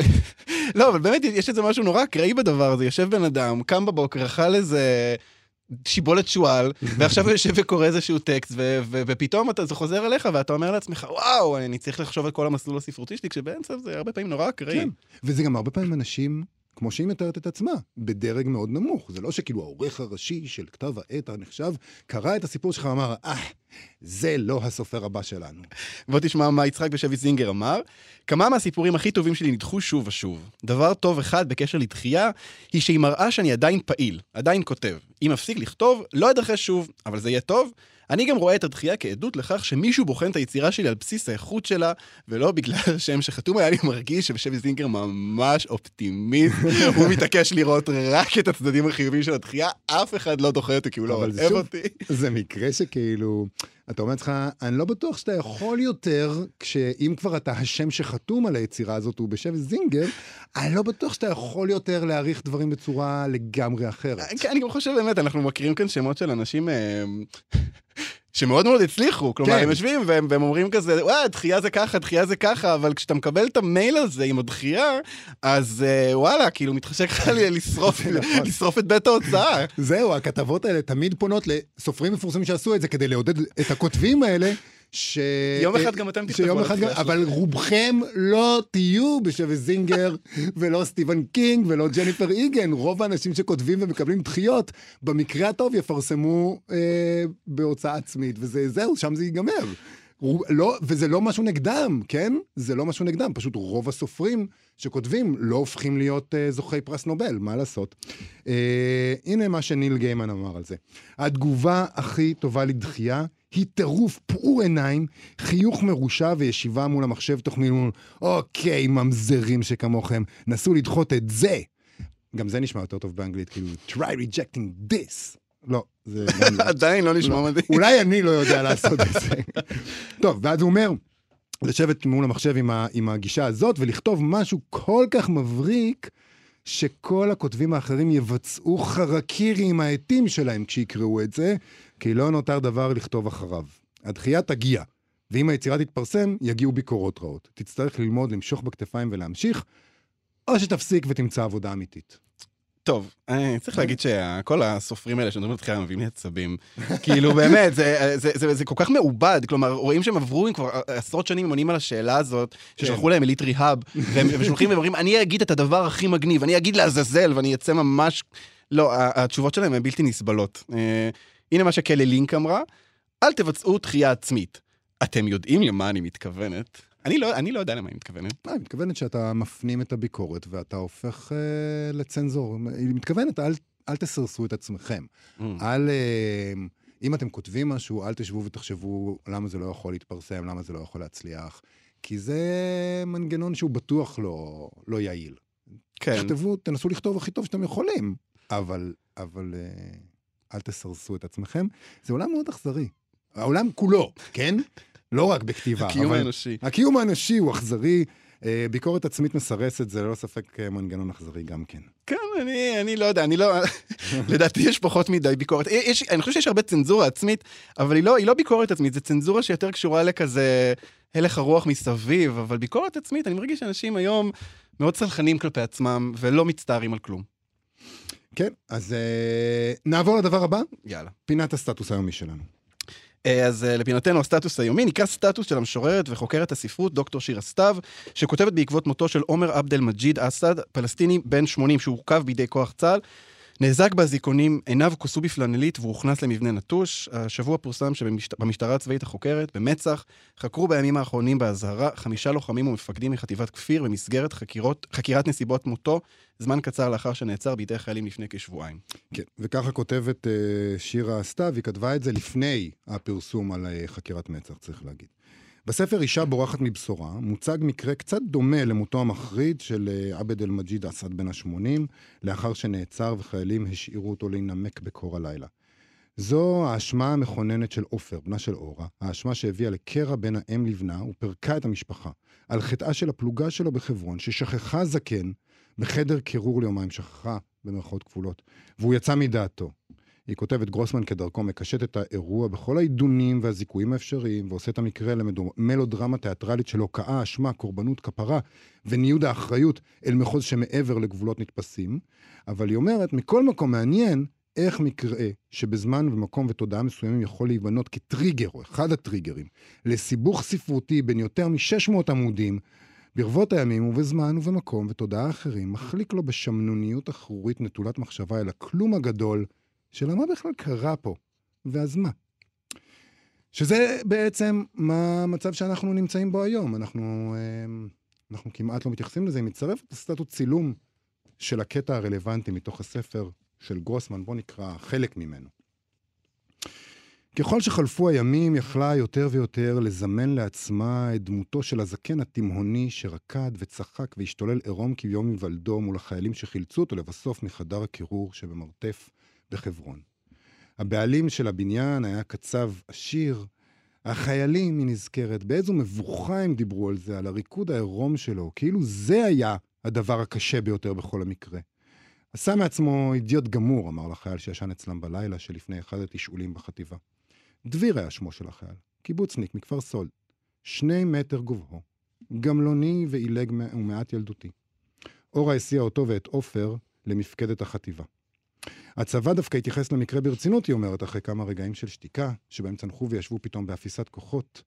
לא, אבל באמת יש איזה משהו נורא אקראי בדבר הזה, יושב בן אדם, קם בבוקר, אכל איזה שיבולת שואל, ועכשיו הוא יושב וקורא איזשהו טקסט, ופתאום זה חוזר אליך, ואתה אומר לעצמך, וואו, אני צריך לחשוב על כל המסלול הספרותי שלי, כשבאמצע זה הרבה פעמים נורא אקראי. וזה גם הרבה פעמים אנשים... כמו שהיא מתארת את עצמה, בדרג מאוד נמוך. זה לא שכאילו העורך הראשי של כתב העת הנחשב, קרא את הסיפור שלך ואמר, אה, זה לא הסופר הבא שלנו. בוא תשמע מה יצחק בשביס זינגר אמר. כמה מהסיפורים הכי טובים שלי נדחו שוב ושוב. דבר טוב אחד בקשר לדחייה, היא שהיא מראה שאני עדיין פעיל, עדיין כותב. אם אפסיק לכתוב, לא אדחה שוב, אבל זה יהיה טוב. אני גם רואה את הדחייה כעדות לכך שמישהו בוחן את היצירה שלי על בסיס האיכות שלה, ולא בגלל השם שחתום היה לי מרגיש שבשביס זינגר ממש אופטימיסט, הוא מתעקש לראות רק את הצדדים החיובים של הדחייה, אף אחד לא דוחה אותו כי הוא לא אוהב אותי. זה מקרה שכאילו, אתה אומר לך, אני לא בטוח שאתה יכול יותר, כשאם כבר אתה השם שחתום על היצירה הזאת, הוא בשבט זינגר, אני לא בטוח שאתה יכול יותר להעריך דברים בצורה לגמרי אחרת. אני גם חושב באמת, אנחנו מכירים כאן שמות של אנשים שמאוד מאוד הצליחו, כלומר, הם יושבים והם אומרים כזה, וואה, דחייה זה ככה, דחייה זה ככה, אבל כשאתה מקבל את המייל הזה עם הדחייה, אז וואלה, כאילו מתחשק לך לשרוף את בית ההוצאה. זהו, הכתבות האלה תמיד פונות לסופרים מפורסמים שעשו את זה, כדי לעודד את הכותבים האלה, ש... יום אחד גם אתם תכתבו על הדחייה שלכם. אבל רובכם לא תהיו בשבט זינגר, ולא סטיבן קינג, ולא ג'ניפר איגן. רוב האנשים שכותבים ומקבלים דחיות, במקרה הטוב יפרסמו אה, בהוצאה עצמית, וזהו, שם זה ייגמר. לא, וזה לא משהו נגדם, כן? זה לא משהו נגדם, פשוט רוב הסופרים שכותבים לא הופכים להיות אה, זוכי פרס נובל, מה לעשות? אה, הנה מה שניל גיימן אמר על זה. התגובה הכי טובה לדחייה, היא טירוף פעור עיניים, חיוך מרושע וישיבה מול המחשב תוך מילון, אוקיי, ממזרים שכמוכם, נסו לדחות את זה. גם זה נשמע יותר טוב באנגלית, כאילו, try rejecting this. לא, זה... עדיין לא נשמע מדהים. אולי אני לא יודע לעשות את זה. טוב, ואז הוא אומר, לשבת מול המחשב עם, ה, עם הגישה הזאת, ולכתוב משהו כל כך מבריק, שכל הכותבים האחרים יבצעו חרקירים העתים שלהם כשיקראו את זה, כי לא נותר דבר לכתוב אחריו. הדחייה תגיע, ואם היצירה תתפרסם, יגיעו ביקורות רעות. תצטרך ללמוד, למשוך בכתפיים ולהמשיך, או שתפסיק ותמצא עבודה אמיתית. טוב, אני צריך להגיד שכל הסופרים האלה שנדברים לתחייה מביאים לי עצבים. כאילו באמת, זה, זה, זה, זה כל כך מעובד, כלומר, רואים שהם עברו כבר עשרות שנים הם עונים על השאלה הזאת, ששלחו להם אליט ריהאב, והם שולחים ואומרים, אני אגיד את הדבר הכי מגניב, אני אגיד לעזאזל, ואני אצא ממש... לא, התשובות שלהם הן בלתי נסבלות. הנה מה שקלי לינק אמרה, אל תבצעו דחייה עצמית. אתם יודעים למה אני מתכוונת? אני לא, אני לא יודע למה היא מתכוונת. היא מתכוונת שאתה מפנים את הביקורת, ואתה הופך אה, לצנזור. היא מתכוונת, אל, אל תסרסו את עצמכם. Mm. אל, אה, אם אתם כותבים משהו, אל תשבו ותחשבו למה זה לא יכול להתפרסם, למה זה לא יכול להצליח. כי זה מנגנון שהוא בטוח לא, לא יעיל. כן. תכתבו, תנסו לכתוב הכי טוב שאתם יכולים, אבל, אבל אה, אל תסרסו את עצמכם. זה עולם מאוד אכזרי. העולם כולו, כן? לא רק בכתיבה. הקיום האנושי. הקיום האנושי הוא אכזרי, ביקורת עצמית מסרסת, זה לא ספק מנגנון אכזרי גם כן. כן, אני, אני לא יודע, אני לא... לדעתי יש פחות מדי ביקורת. יש, אני חושב שיש הרבה צנזורה עצמית, אבל היא לא, היא לא ביקורת עצמית, זה צנזורה שיותר קשורה לכזה הלך הרוח מסביב, אבל ביקורת עצמית, אני מרגיש שאנשים היום מאוד צלחנים כלפי עצמם, ולא מצטערים על כלום. כן, אז נעבור לדבר הבא. יאללה. פינת הסטטוס היומי שלנו. אז לפינתנו הסטטוס היומי, נקרא סטטוס של המשוררת וחוקרת הספרות דוקטור שירה סתיו, שכותבת בעקבות מותו של עומר עבד אל מג'יד אסד, פלסטיני בן שמונים שהורכב בידי כוח צה"ל, נאזק באזיקונים, עיניו כוסו בפלנלית והוא הוכנס למבנה נטוש. השבוע פורסם שבמשטרה הצבאית החוקרת, במצח, חקרו בימים האחרונים בהזהרה חמישה לוחמים ומפקדים מחטיבת כפיר במסגרת חקירות, חקירת נסיבות מותו, זמן קצר לאחר שנעצר בידי חיילים לפני כשבועיים. כן, וככה כותבת uh, שירה סתיו, היא כתבה את זה לפני הפרסום על uh, חקירת מצח, צריך להגיד. בספר אישה בורחת מבשורה, מוצג מקרה קצת דומה למותו המחריד של uh, עבד אל מג'יד אסד בן השמונים, לאחר שנעצר וחיילים השאירו אותו להינמק בקור הלילה. זו האשמה המכוננת של עופר, בנה של אורה, האשמה שהביאה לקרע בין האם לבנה ופרקה את המשפחה, על חטאה של הפלוגה שלו בחברון, ששכחה זקן בחדר קירור ליומיים, שכחה במרכאות כפולות, והוא יצא מדעתו. היא כותבת, גרוסמן כדרכו מקשט את האירוע בכל העידונים והזיקויים האפשריים, ועושה את המקרה למלודרמה תיאטרלית של הוקעה, אשמה, קורבנות, כפרה, וניוד האחריות אל מחוז שמעבר לגבולות נתפסים. אבל היא אומרת, מכל מקום מעניין, איך מקרה שבזמן ומקום ותודעה מסוימים יכול להיבנות כטריגר, או אחד הטריגרים, לסיבוך ספרותי בין יותר מ-שש מאות עמודים, ברבות הימים ובזמן ובמקום ותודעה אחרים, מחליק לו בשמנוניות אחרורית נטולת מחשבה אל הכלום הגדול, של מה בכלל קרה פה, ואז מה? שזה בעצם מה המצב שאנחנו נמצאים בו היום. אנחנו, אנחנו כמעט לא מתייחסים לזה, היא מצטרפת לסטטוס צילום של הקטע הרלוונטי מתוך הספר של גרוסמן, בוא נקרא חלק ממנו. ככל שחלפו הימים, יכלה יותר ויותר לזמן לעצמה את דמותו של הזקן התימהוני שרקד וצחק והשתולל עירום כביום מבלדו מול החיילים שחילצו אותו לבסוף מחדר הקירור שבמרתף בחברון. הבעלים של הבניין היה קצב עשיר, החיילים, היא נזכרת, באיזו מבוכה הם דיברו על זה, על הריקוד העירום שלו, כאילו זה היה הדבר הקשה ביותר בכל המקרה. עשה מעצמו אידיוט גמור, אמר לחייל שישן אצלם בלילה שלפני אחד התשאולים בחטיבה. דביר היה שמו של החייל, קיבוצניק מכפר סולד, שני מטר גובהו, גמלוני ואילג ומעט ילדותי. אורה הסיע אותו ואת עופר למפקדת החטיבה. הצבא דווקא התייחס למקרה ברצינות, היא אומרת, אחרי כמה רגעים של שתיקה, שבהם צנחו וישבו פתאום באפיסת כוחות,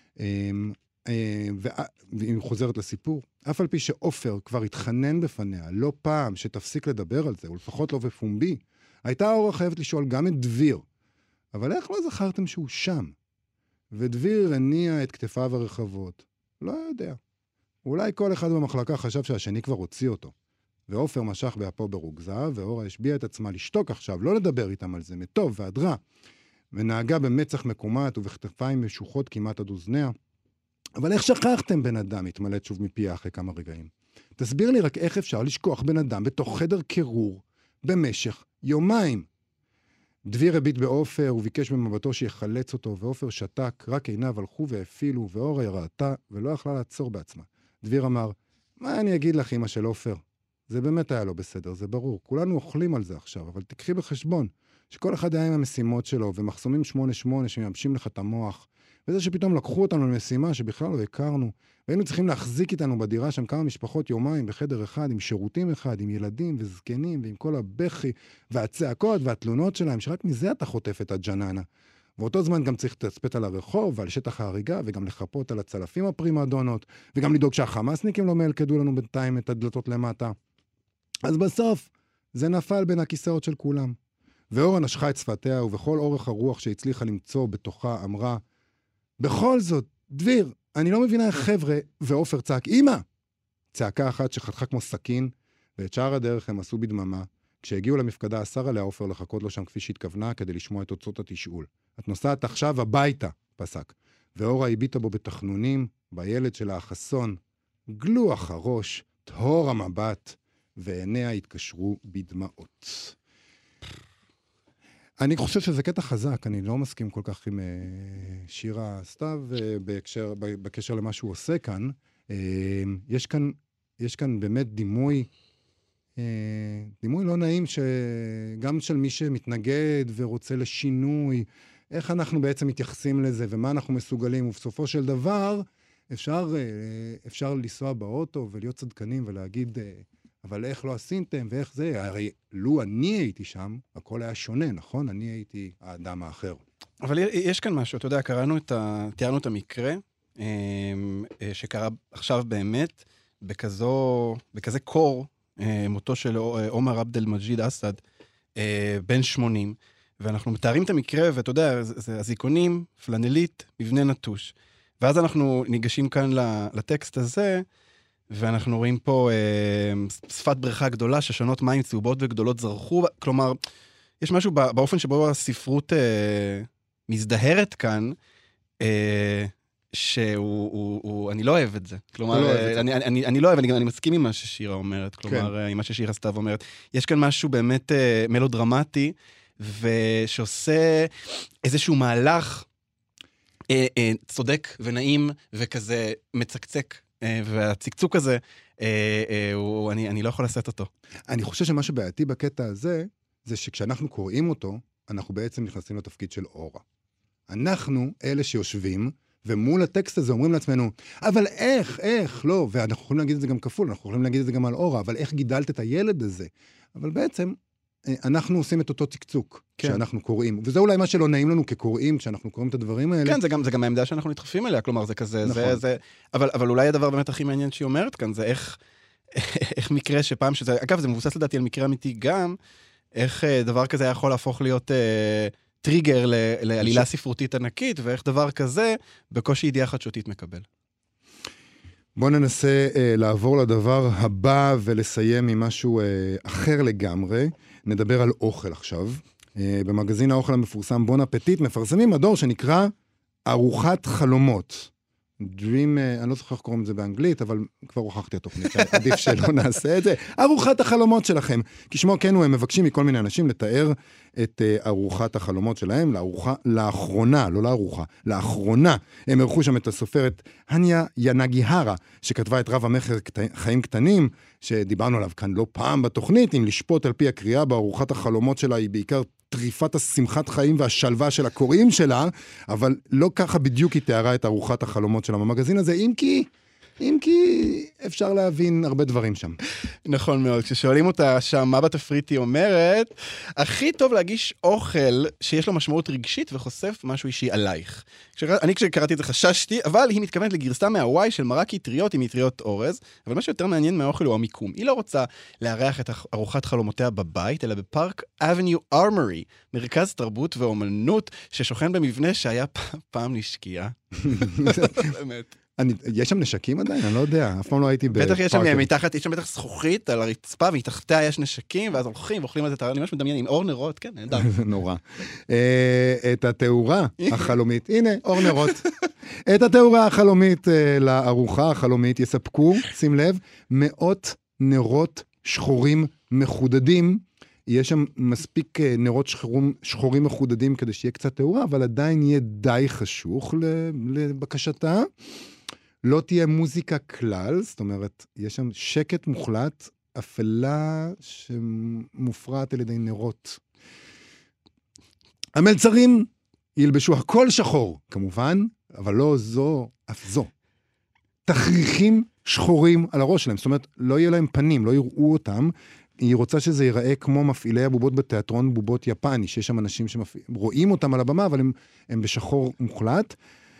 והיא חוזרת לסיפור. אף על פי שעופר כבר התחנן בפניה, לא פעם שתפסיק לדבר על זה, ולפחות לא בפומבי, הייתה אורה חייבת לשאול גם את דביר. אבל איך לא זכרתם שהוא שם? ודביר הניע את כתפיו הרחבות. לא יודע. אולי כל אחד במחלקה חשב שהשני כבר הוציא אותו. ועופר משך באפו ברוגזה, ואורה השביע את עצמה לשתוק עכשיו, לא לדבר איתם על זה, מטוב ועד רע. ונהגה במצח מקומט ובכתפיים משוחות כמעט עד אוזניה. אבל איך שכחתם בן אדם? התמלאת שוב מפיה אחרי כמה רגעים. תסביר לי רק איך אפשר לשכוח בן אדם בתוך חדר קירור במשך יומיים. דביר הביט בעופר וביקש במבטו שיחלץ אותו, ועופר שתק, רק עיניו הלכו והפעילו, ואורה יראתה ולא יכלה לעצור בעצמה. דביר אמר, מה אני אגיד לך, אמא של עופר? זה באמת היה לא בסדר, זה ברור. כולנו אוכלים על זה עכשיו, אבל תקחי בחשבון שכל אחד היה עם המשימות שלו, ומחסומים שמונה שמונה שמייבשים לך את המוח, וזה שפתאום לקחו אותנו למשימה שבכלל לא הכרנו, והיינו צריכים להחזיק איתנו בדירה שם כמה משפחות יומיים בחדר אחד, עם שירותים אחד, עם ילדים וזקנים, ועם כל הבכי והצעקות והתלונות שלהם, שרק מזה אתה חוטף את הג'ננה. ואותו זמן גם צריך לתצפת על הרחוב ועל שטח ההריגה, וגם לחפות על הצלפים הפרימדונות, וגם לדאוג שהחמאסניקים לא מלכדו לנו בינתיים את הדלתות למטה. אז בסוף זה נפל בין הכיסאות של כולם. ואורה נשכה את שפתיה, ובכל אורך הרוח שהצליחה למצוא בתוכה אמרה, בכל זאת, דביר, אני לא מבינה איך חבר'ה, ועופר צעק, אמא! צעקה אחת שחתכה כמו סכין, ואת שאר הדרך הם עשו בדממה. כשהגיעו למפקדה, אסר עליה עופר לחכות לו שם כפי שהתכוונה, כדי לשמוע את תוצאות התשאול. את נוסעת עכשיו הביתה, פסק. ואורה הביטה בו בתחנונים, בילד שלה החסון, גלוח הראש, טהור המבט, ועיניה התקשרו בדמעות. אני חושב שזה קטע חזק, אני לא מסכים כל כך עם uh, שירה סתיו, uh, בקשר, בקשר למה שהוא עושה כאן. Uh, יש כאן, יש כאן באמת דימוי, uh, דימוי לא נעים שגם של מי שמתנגד ורוצה לשינוי, איך אנחנו בעצם מתייחסים לזה ומה אנחנו מסוגלים, ובסופו של דבר אפשר, uh, אפשר לנסוע באוטו ולהיות צדקנים ולהגיד... Uh, אבל איך לא עשיתם, ואיך זה? הרי לו אני הייתי שם, הכל היה שונה, נכון? אני הייתי האדם האחר. אבל יש כאן משהו, אתה יודע, קראנו את ה... תיארנו את המקרה, שקרה עכשיו באמת, בכזו, בכזה קור, מותו של עומר עבד אל מג'יד אסד, בן שמונים, ואנחנו מתארים את המקרה, ואתה יודע, זה הזיכונים, פלנלית, מבנה נטוש. ואז אנחנו ניגשים כאן לטקסט הזה, ואנחנו רואים פה אה, שפת בריכה גדולה, ששנות מים צהובות וגדולות זרחו, כלומר, יש משהו באופן שבו הספרות אה, מזדהרת כאן, אה, שהוא, הוא, הוא, אני לא אוהב את זה. כלומר, לא אה, אני, אני, אני, אני לא אוהב, אני, אני מסכים עם מה ששירה אומרת, כלומר, כן. עם מה ששירה סתיו אומרת. יש כאן משהו באמת אה, מלודרמטי, ושעושה איזשהו מהלך אה, אה, צודק ונעים, וכזה מצקצק, והצקצוק הזה, אני, אני לא יכול לשאת אותו. אני חושב שמה שבעייתי בקטע הזה, זה שכשאנחנו קוראים אותו, אנחנו בעצם נכנסים לתפקיד של אורה. אנחנו אלה שיושבים, ומול הטקסט הזה אומרים לעצמנו, אבל איך, איך, לא, ואנחנו יכולים להגיד את זה גם כפול, אנחנו יכולים להגיד את זה גם על אורה, אבל איך גידלת את הילד הזה? אבל בעצם, אנחנו עושים את אותו צקצוק, כן. כשאנחנו קוראים, וזה אולי מה שלא נעים לנו כקוראים, כשאנחנו קוראים את הדברים האלה. כן, זה גם, זה גם העמדה שאנחנו נדחפים אליה, כלומר, זה כזה, נכון. זה, זה, אבל, אבל אולי הדבר באמת הכי מעניין שהיא אומרת כאן, זה איך, איך מקרה שפעם שזה, אגב, זה מבוסס לדעתי על מקרה אמיתי גם, איך דבר כזה יכול להפוך להיות אה, טריגר ל, לעלילה ש... ספרותית ענקית, ואיך דבר כזה, בקושי ידיעה חדשותית מקבל. בואו ננסה אה, לעבור לדבר הבא, ולסיים עם משהו אה, אחר לגמרי. נדבר על אוכל עכשיו. במגזין האוכל המפורסם בון אפטיט מפרסמים מדור שנקרא ארוחת חלומות. Dream, אני לא זוכר איך קוראים את זה באנגלית, אבל כבר הוכחתי התוכנית, עדיף שלא נעשה את זה. ארוחת החלומות שלכם. כשמו כן, הם מבקשים מכל מיני אנשים לתאר את ארוחת החלומות שלהם, לארוחה, לאחרונה, לא לארוחה, לאחרונה. הם ערכו שם את הסופרת הניה ינגיהרה, שכתבה את רב המחר חיים קטנים, שדיברנו עליו כאן לא פעם בתוכנית, אם לשפוט על פי הקריאה בארוחת החלומות שלה, היא בעיקר טריפת השמחת חיים והשלווה של הקוראים שלה, אבל לא ככה בדיוק היא תיארה את ארוחת החלומות שלה במגזין הזה, אם כי, אם כי אפשר להבין הרבה דברים שם. נכון מאוד, כששואלים אותה שם מה בתפריט היא אומרת, הכי טוב להגיש אוכל שיש לו משמעות רגשית וחושף משהו אישי עלייך. אני כשקראתי את זה חששתי, אבל היא מתכוונת לגרסה מהוואי של מרק אטריות עם אטריות אורז, אבל מה שיותר מעניין מהאוכל הוא המיקום. היא לא רוצה לארח את ארוחת חלומותיה בבית, אלא בפארק אבניו ארמורי, מרכז תרבות ואומנות ששוכן במבנה שהיה פעם נשקיע. באמת. אני, יש שם נשקים עדיין? אני לא יודע, אף פעם לא הייתי בפארק. בטח יש שם מתחת, יש שם בטח זכוכית על הרצפה, ומתחתיה יש נשקים, ואז הולכים ואוכלים את זה, אני ממש מדמיין עם אור נרות, כן, נהדר. זה נורא. את התאורה החלומית, הנה, אור נרות. את התאורה החלומית לארוחה החלומית יספקו, שים לב, מאות נרות שחורים מחודדים, יש שם מספיק נרות שחורים, שחורים מחודדים כדי שיהיה קצת תאורה, אבל עדיין יהיה די חשוך לבקשתה. לא תהיה מוזיקה כלל, זאת אומרת, יש שם שקט מוחלט, אפלה שמופרעת על ידי נרות. המלצרים ילבשו הכל שחור, כמובן, אבל לא זו, אף זו. תכריכים שחורים על הראש שלהם, זאת אומרת, לא יהיה להם פנים, לא יראו אותם, היא רוצה שזה ייראה כמו מפעילי הבובות בתיאטרון בובות יפני, שיש שם אנשים שרואים אותם על הבמה, אבל הם, הם בשחור מוחלט.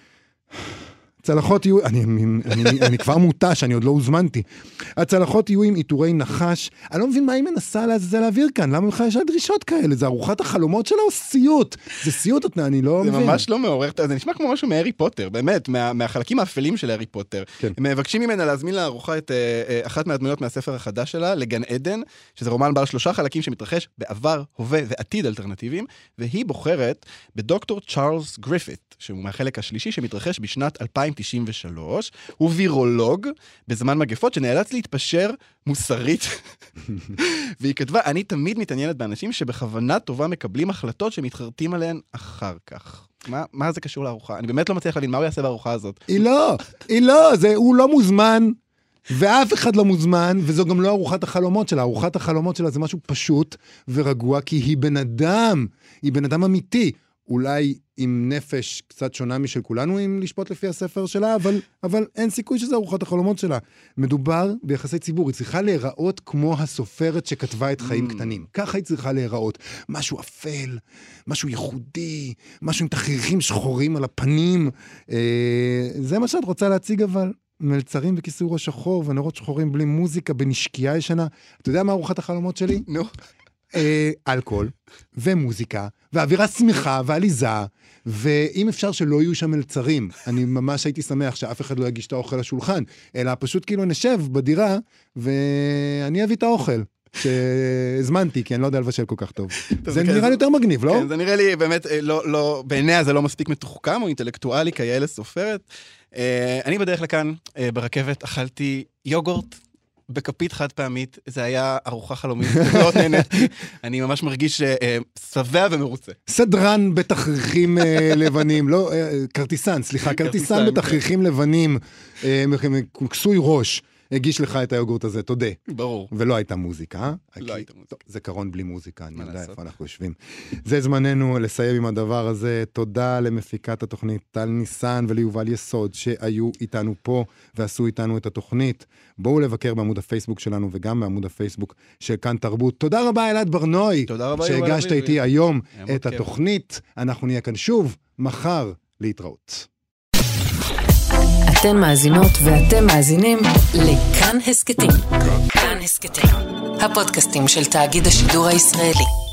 הצלחות יהיו, אני, אני, אני כבר מוטש, אני עוד לא הוזמנתי. הצלחות יהיו עם עיטורי נחש. אני לא מבין מה היא מנסה להזיז להעביר כאן. למה בכלל יש לה דרישות כאלה? זה ארוחת החלומות שלה או סיוט? זה סיוט, אני לא זה מבין. זה ממש לא מעורר, זה נשמע כמו משהו מהארי פוטר, באמת, מה, מהחלקים האפלים של הארי פוטר. כן. הם מבקשים ממנה להזמין לארוחה את uh, אחת מהדמויות מהספר החדש שלה, לגן עדן, שזה רומן בעל שלושה חלקים שמתרחש בעבר, הווה ועתיד אלטרנטיביים, והיא בוחרת בדוקטור צ'ארלס גריפית, שהוא מהחלק השלישי שמתרחש בשנת אלפיים תשעים ושלוש, הוא וירולוג בזמן מגפות שנאלץ להתפשר מוסרית, והיא כתבה, אני תמיד מתעניינת באנשים שבכוונה טובה מקבלים החלטות שמתחרטים עליהן אחר כך. מה, מה זה קשור לארוחה? אני באמת לא מצליח להבין מה הוא יעשה בארוחה הזאת. היא לא, היא לא, זה, הוא לא מוזמן, ואף אחד לא מוזמן, וזו גם לא ארוחת החלומות שלה. ארוחת החלומות שלה זה משהו פשוט ורגוע, כי היא בן אדם, היא בן אדם אמיתי. אולי עם נפש קצת שונה משל כולנו, אם לשפוט לפי הספר שלה, אבל, אבל אין סיכוי שזה ארוחת החלומות שלה. מדובר ביחסי ציבור, היא צריכה להיראות כמו הסופרת שכתבה את חיים קטנים. ככה היא צריכה להיראות. משהו אפל, משהו ייחודי, משהו עם תכריכים שחורים על הפנים. אה, זה מה שאת רוצה להציג, אבל מלצרים בכיסוי ראש שחור ונרות שחורים בלי מוזיקה בנשקייה ישנה. אתה יודע מה ארוחת החלומות שלי? נו. אלכוהול ומוזיקה ואווירה שמחה ועליזה, ואם אפשר שלא יהיו שם מלצרים, אני ממש הייתי שמח שאף אחד לא יגיש את האוכל לשולחן, אלא פשוט כאילו נשב בדירה ואני אביא את האוכל שהזמנתי, כי אני לא יודע לבשל כל כך טוב. זה נראה לי יותר מגניב, לא? כן, זה נראה לי באמת, בעיניה זה לא מספיק מתוחכם או אינטלקטואלי כיאה סופרת. אני בדרך לכאן, ברכבת, אכלתי יוגורט בכפית חד פעמית, זה היה ארוחה חלומית, לא נהניתי, אני ממש מרגיש שבע ומרוצה. סדרן בתכריכים לבנים, לא, כרטיסן, סליחה, כרטיסן בתכריכים לבנים, כסוי ראש, הגיש לך את היוגורט הזה, תודה. ברור. ולא הייתה מוזיקה. לא הייתה מוזיקה. זה קרון בלי מוזיקה, אני יודע איפה אנחנו יושבים. זה זמננו לסיים עם הדבר הזה. תודה למפיקת התוכנית טל ניסן וליובל יסוד שהיו איתנו פה ועשו איתנו את התוכנית. בואו לבקר בעמוד הפייסבוק שלנו וגם בעמוד הפייסבוק של כאן תרבות. תודה רבה אלעד ברנוי. תודה רבה שהגשת איתי היום את התוכנית. אנחנו נהיה כאן שוב מחר להתראות. אתן מאזינות ואתם מאזינים לכאן הסקטים. כאן הסקטים, הפודקאסטים של תאגיד השידור הישראלי.